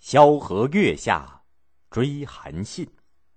萧何月下追韩信。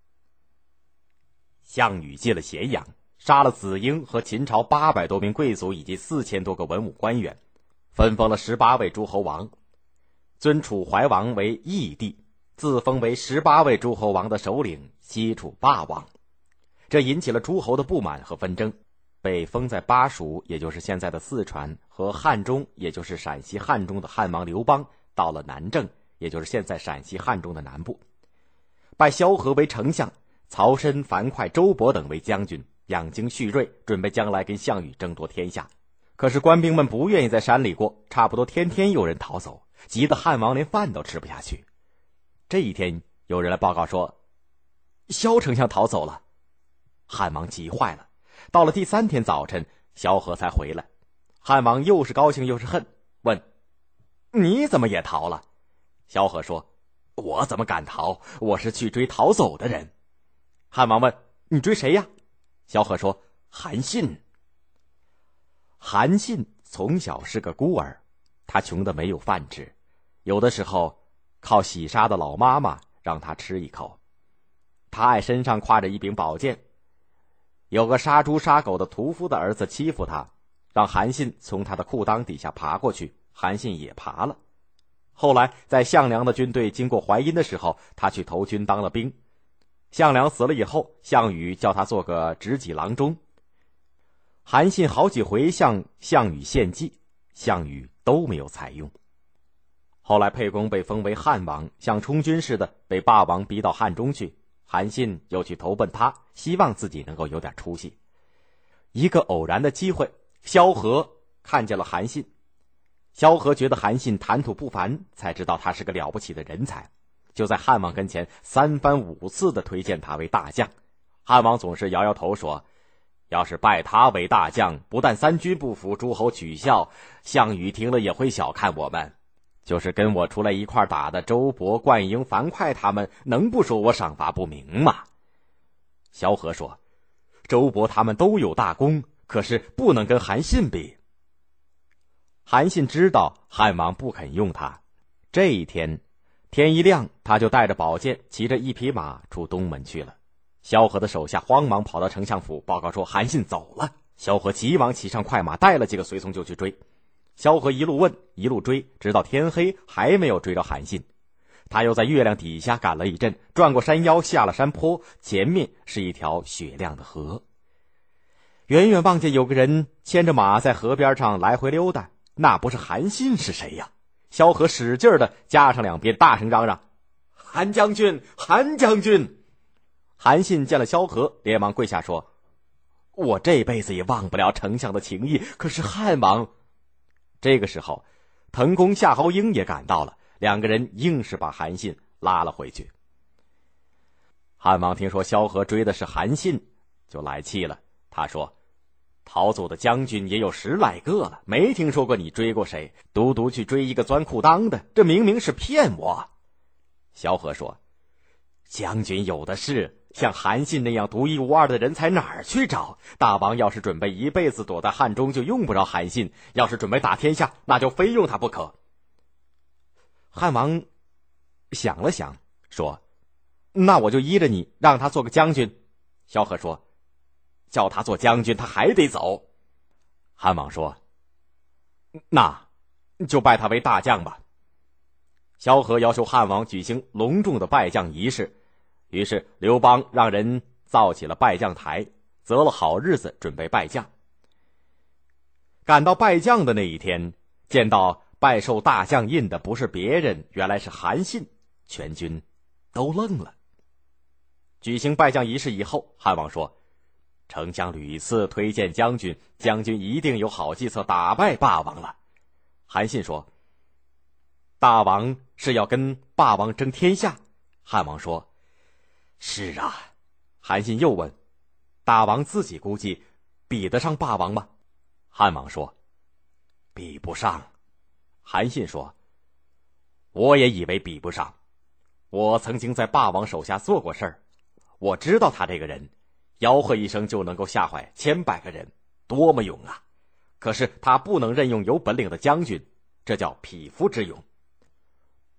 项羽进了咸阳，杀了子婴和秦朝800多名贵族以及4000多个文武官员，分封了18位诸侯王，尊楚怀王为义帝，自封为18位诸侯王的首领，西楚霸王。这引起了诸侯的不满和纷争，被封在巴蜀，也就是现在的四川，和汉中，也就是陕西汉中的汉王刘邦到了南郑，也就是现在陕西汉中的南部，拜萧何为丞相，曹参、樊哙、周勃等为将军，养精蓄锐，准备将来跟项羽争夺天下。可是官兵们不愿意在山里过，差不多天天有人逃走，急得汉王连饭都吃不下去。这一天有人来报告说，萧丞相逃走了。汉王急坏了。到了第3天早晨，萧何才回来。汉王又是高兴又是恨，问，你怎么也逃了？萧何说，我怎么敢逃？我是去追逃走的人。汉王问，你追谁呀？萧何说，韩信。韩信从小是个孤儿，他穷得没有饭吃，有的时候靠洗杀的老妈妈让他吃一口。他爱身上挎着一柄宝剑，有个杀猪杀狗的屠夫的儿子欺负他，让韩信从他的裤裆底下爬过去，韩信也爬了。后来在项梁的军队经过淮阴的时候，他去投军当了兵。项梁死了以后，项羽叫他做个执戟郎中。韩信好几回向项羽献计，项羽都没有采用。后来沛公被封为汉王，像充军似的被霸王逼到汉中去，韩信又去投奔他，希望自己能够有点出息。一个偶然的机会，萧何看见了韩信。萧何觉得韩信谈吐不凡，才知道他是个了不起的人才，就在汉王跟前3番5次的推荐他为大将。汉王总是摇摇头说，要是拜他为大将，不但3军不服，诸侯取笑，项羽听了也会小看我们。就是跟我出来一块打的周勃、灌婴、樊哙他们，能不说我赏罚不明吗？萧何说，周勃他们都有大功，可是不能跟韩信比。韩信知道汉王不肯用他，这一天天一亮，他就带着宝剑，骑着一匹马出东门去了。萧何的手下慌忙跑到丞相府报告说，韩信走了。萧何急忙骑上快马，带了几个随从就去追。萧何一路问一路追，直到天黑还没有追着韩信。他又在月亮底下赶了一阵，转过山腰，下了山坡，前面是一条雪亮的河。远远望见有个人牵着马在河边上来回溜达，那不是韩信是谁呀？萧何使劲的加上2鞭，大声嚷嚷，韩将军，韩将军！韩信见了萧何，连忙跪下说，我这辈子也忘不了丞相的情谊，可是汉王……这个时候滕公夏侯婴也赶到了，2个人硬是把韩信拉了回去。汉王听说萧何追的是韩信，就来气了。他说，逃走的将军也有10来个了，没听说过你追过谁，独独去追一个钻裤裆的，这明明是骗我。萧何说，将军有的是，像韩信那样独一无二的人才哪儿去找？大王要是准备一辈子躲在汉中，就用不着韩信；要是准备打天下，那就非用他不可。汉王想了想，说，那我就依着你，让他做个将军。萧何说，叫他做将军，他还得走。汉王说，那就拜他为大将吧。萧何要求汉王举行隆重的拜将仪式，于是刘邦让人造起了拜将台，择了好日子准备拜将。赶到拜将的那一天，见到拜受大将印的不是别人，原来是韩信，全军都愣了。举行拜将仪式以后，汉王说，丞相屡次推荐将军，将军一定有好计策打败霸王了。韩信说，大王是要跟霸王争天下？汉王说，是啊。韩信又问，大王自己估计比得上霸王吗？汉王说，比不上。韩信说，我也以为比不上，我曾经在霸王手下做过事儿，我知道他这个人吆喝一声就能够吓坏千百个人，多么勇啊！可是他不能任用有本领的将军，这叫匹夫之勇。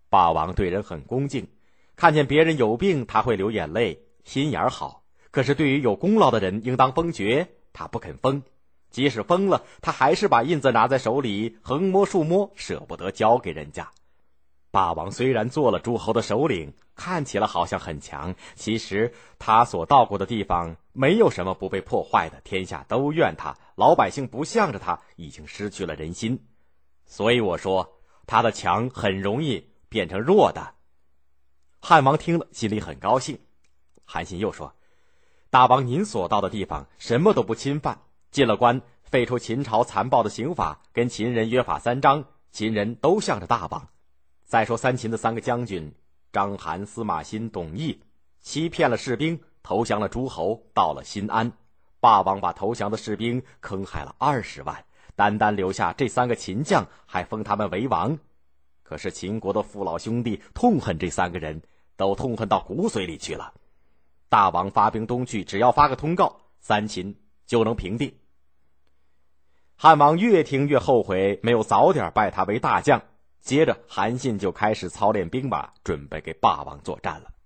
霸王对人很恭敬，看见别人有病他会流眼泪，心眼好，可是对于有功劳的人应当封爵，他不肯封，即使封了，他还是把印子拿在手里，横摸竖摸，舍不得交给人家。霸王虽然做了诸侯的首领，看起来好像很强，其实他所到过的地方没有什么不被破坏的，天下都怨他，老百姓不向着他，已经失去了人心。所以我说他的强很容易变成弱的。汉王听了心里很高兴。韩信又说，大王您所到的地方什么都不侵犯，进了关废除秦朝残暴的刑法，跟秦人约法三章，秦人都向着大王。再说三秦的3个将军章邯、司马欣、董翳欺骗了士兵，投降了诸侯，到了新安。霸王把投降的士兵坑害了20万，单单留下这3个秦将，还封他们为王。可是秦国的父老兄弟痛恨这3个人，都痛恨到骨髓里去了。大王发兵东去，只要发个通告，三秦就能平定。汉王越听越后悔，没有早点拜他为大将。接着韩信就开始操练兵马，准备给霸王作战了。